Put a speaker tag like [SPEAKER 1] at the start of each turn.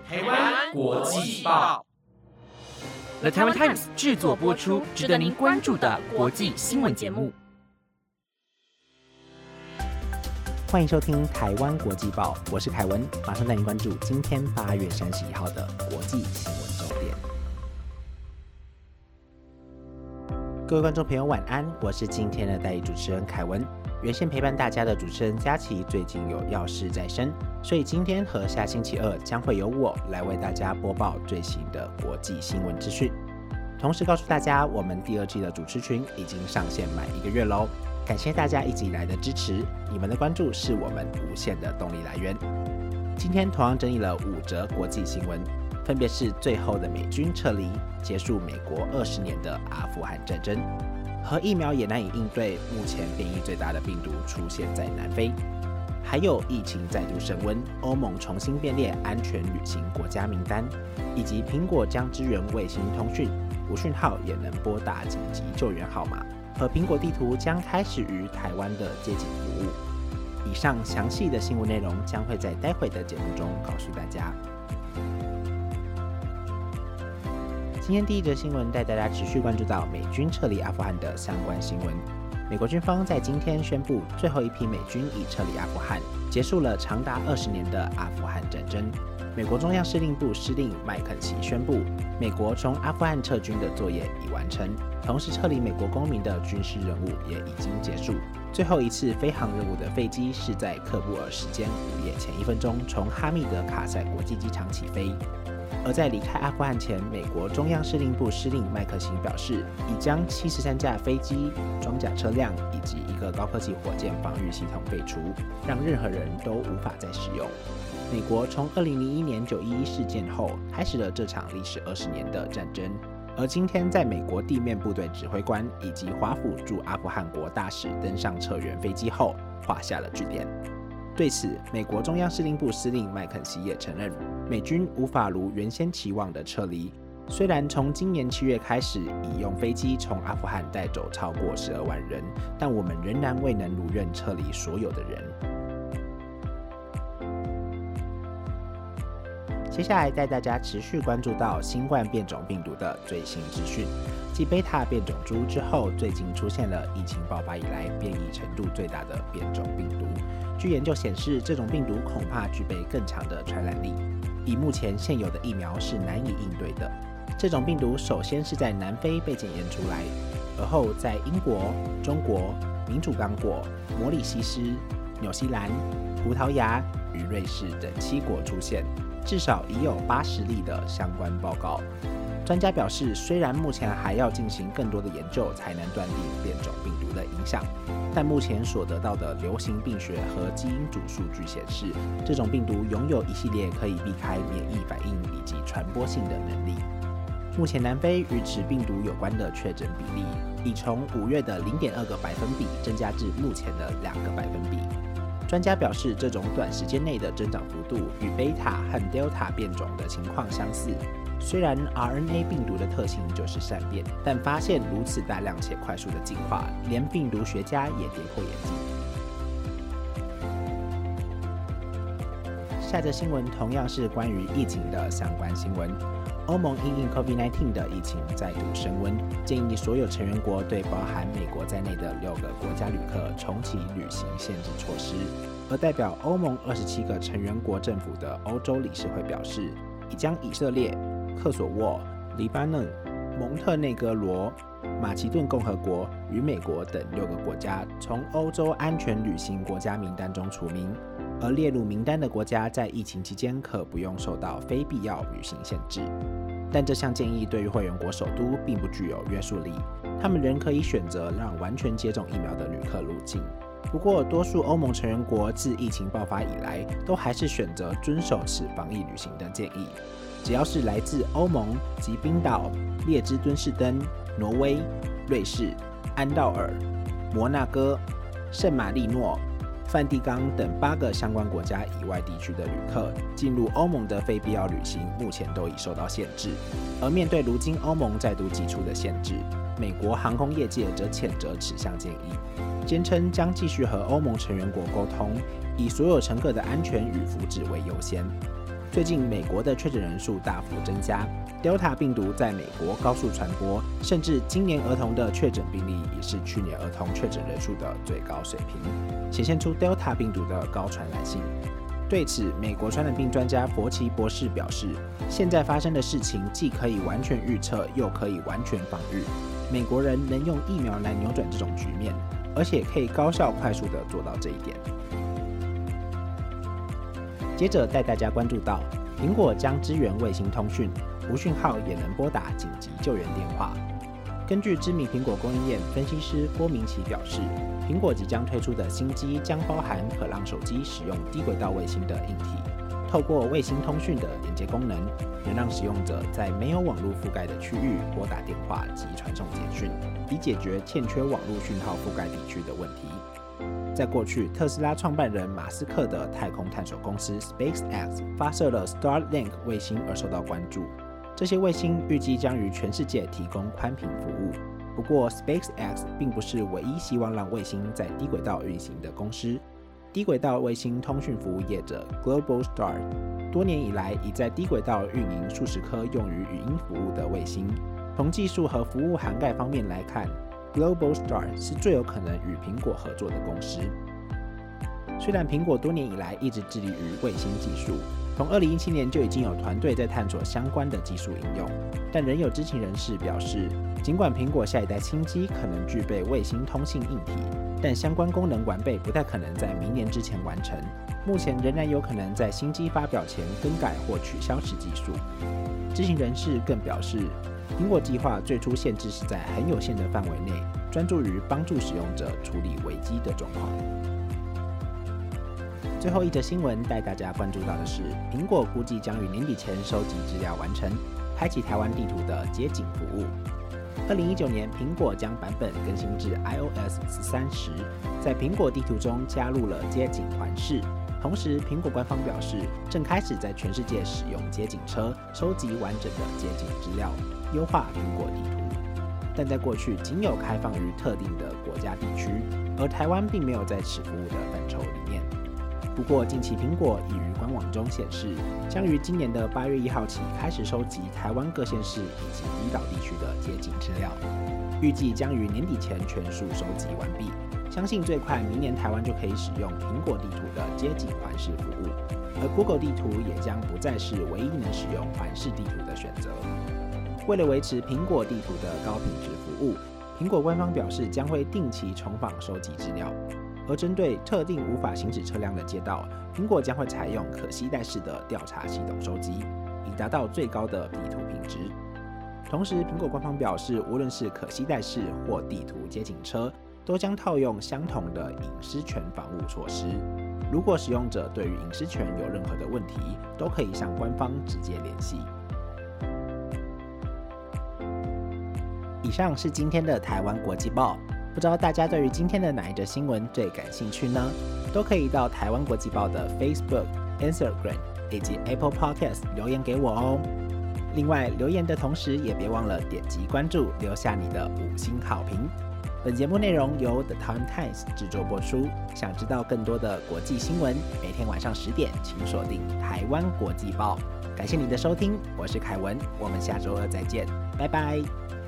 [SPEAKER 1] 台湾国际报
[SPEAKER 2] The Taiwan Times 制作播出，值得您关注的国际新闻节目。
[SPEAKER 3] 欢迎收听台湾国际报，我是凯文，马上带您关注今天8月31号的国际新闻重点。各位观众朋友晚安，我是今天的代理主持人凯文。原先陪伴大家的主持人佳琪最近有要事在身，所以今天和下星期二将会由我来为大家播报最新的国际新闻资讯。同时告诉大家，我们第2季的主持群已经上线满1个月喽，感谢大家一直以来的支持，你们的关注是我们无限的动力来源。今天同样整理了5则国际新闻，分别是最后的美军撤离，结束美国20年的阿富汗战争，和疫苗也难以应对目前变异最大的病毒出现在南非，还有疫情再度升温，欧盟重新编列安全旅行国家名单，以及苹果将支援卫星通讯，无讯号也能拨打紧急救援号码，和苹果地图将开始于台湾的接警服务。以上详细的新闻内容将会在待会的节目中告诉大家。今天第1则新闻带大家持续关注到美军撤离阿富汗的相关新闻。美国军方在今天宣布，最后一批美军已撤离阿富汗，结束了长达20年的阿富汗战争。美国中央司令部司令麦肯锡宣布，美国从阿富汗撤军的作业已完成，同时撤离美国公民的军事任务也已经结束。最后一次飞航任务的飞机是在喀布尔时间午夜前1分钟从哈密德卡塞国际机场起飞。而在离开阿富汗前，美国中央司令部司令麦克锡表示，已将73架飞机、装甲车辆以及1个高科技火箭防御系统废除，让任何人都无法再使用。美国从2001年911事件后开始了这场历时20年的战争，而今天在美国地面部队指挥官以及华府驻阿富汗国大使登上撤援飞机后，画下了句点。对此，美国中央司令部司令麦肯锡也承认，美军无法如原先期望的撤离。虽然从今年7月开始已用飞机从阿富汗带走超过12万人，但我们仍然未能如愿撤离所有的人。接下来带大家持续关注到新冠变种病毒的最新资讯。继贝塔变种株之后，最近出现了疫情爆发以来变异程度最大的变种病毒。据研究显示，这种病毒恐怕具备更强的传染力，以目前现有的疫苗是难以应对的。这种病毒首先是在南非被检验出来，而后在英国、中国、民主刚果、摩里西斯、纽西兰、葡萄牙与瑞士等7国出现，至少已有80例的相关报告。专家表示，虽然目前还要进行更多的研究才能断定变种病毒的影响，但目前所得到的流行病学和基因组数据显示，这种病毒拥有一系列可以避开免疫反应以及传播性的能力。目前南非与此病毒有关的确诊比例已从5月的0.2个百分比增加至目前的2个百分比。专家表示，这种短时间内的增长幅度与贝塔和 Delta 变种的情况相似。虽然 RNA 病毒的特性就是善变，但发现如此大量且快速的进化，连病毒学家也跌破眼镜。下则新闻同样是关于疫情的相关新闻。欧盟因应 COVID-19 的疫情再度升温，建议所有成员国对包含美国在内的6个国家旅客重启旅行限制措施。而代表欧盟27个成员国政府的欧洲理事会表示，已将以色列、科索沃、黎巴嫩、蒙特内哥罗、马其顿共和国与美国等6个国家从欧洲安全旅行国家名单中除名，而列入名单的国家在疫情期间可不用受到非必要旅行限制。但这项建议对于会员国首都并不具有约束力，他们仍可以选择让完全接种疫苗的旅客入境。不过，多数欧盟成员国自疫情爆发以来，都还是选择遵守此防疫旅行的建议。只要是来自欧盟及冰岛、列支敦士登、挪威、瑞士、安道尔、摩纳哥、圣马力诺、梵蒂冈等8个相关国家以外地区的旅客进入欧盟的非必要旅行，目前都已受到限制。而面对如今欧盟再度祭出的限制，美国航空业界则谴责此项建议，坚称将继续和欧盟成员国沟通，以所有乘客的安全与福祉为优先。 最近美国的确诊人数大幅增加， Delta 病毒在美国高速传播，甚至今年儿童的确诊病例已是去年儿童确诊人数的最高水平，显现出 Delta 病毒的高传染性。对此，美国传染病专家佛奇博士表示，现在发生的事情既可以完全预测，又可以完全防御。美国人能用疫苗来扭转这种局面，而且可以高效快速地做到这一点。接着带大家关注到，苹果将支援卫星通讯，无讯号也能拨打紧急救援电话。根据知名苹果供应链分析师郭明奇表示，苹果即将推出的新机将包含可让手机使用低轨道卫星的硬体，透过卫星通讯的连接功能，能让使用者在没有网络覆盖的区域拨打电话及传送简讯，以解决欠缺网络讯号覆盖地区的问题。在过去，特斯拉创办人马斯克的太空探索公司 SpaceX 发射了 Starlink 卫星而受到关注。这些卫星预计将于全世界提供宽频服务。不过 SpaceX 并不是唯一希望让卫星在低轨道运行的公司。低轨道卫星通讯服务业者 Globalstar 多年以来已在低轨道运营数十颗用于语音服务的卫星。从技术和服务涵盖方面来看， Globalstar 是最有可能与苹果合作的公司。虽然苹果多年以来一直致力于卫星技术，从2017年就已经有团队在探索相关的技术应用，但仍有知情人士表示，尽管苹果下一代新机可能具备卫星通信硬体，但相关功能完备不太可能在明年之前完成，目前仍然有可能在新机发表前更改或取消此技术。知情人士更表示，苹果计划最初限制是在很有限的范围内，专注于帮助使用者处理危机的状况。最后一则新闻带大家关注到的是，苹果估计将于年底前收集资料完成，开启台湾地图的街景服务。2019年，苹果将版本更新至 iOS 13时，在苹果地图中加入了街景环视。同时，苹果官方表示，正开始在全世界使用街景车收集完整的街景资料，优化苹果地图。但在过去仅有开放于特定的国家地区，而台湾并没有在此服务的范畴里面。不过，近期苹果已于官网中显示，将于今年的8月1号起开始收集台湾各县市以及离岛地区的街景资料，预计将于年底前全数收集完毕。相信最快明年台湾就可以使用苹果地图的街景环视服务，而 Google 地图也将不再是唯一能使用环视地图的选择。为了维持苹果地图的高品质服务，苹果官方表示将会定期重访收集资料。而针对特定无法行驶车辆的街道，苹果将会采用可携带式的调查系统收集，以达到最高的地图品质。同时，苹果官方表示，无论是可携带式或地图街景车，都将套用相同的隐私权防护措施。如果使用者对于隐私权有任何的问题，都可以向官方直接联系。以上是今天的台湾国际报。不知道大家对于今天的哪一则新闻最感兴趣呢？都可以到台湾国际报的 Facebook、Instagram 以及 Apple Podcast 留言给我哦。另外，留言的同时也别忘了点击关注，留下你的5星好评。本节目内容由 The Times 制作播出。想知道更多的国际新闻，每天晚上10点，请锁定台湾国际报。感谢你的收听，我是凯文，我们下周2再见，拜拜。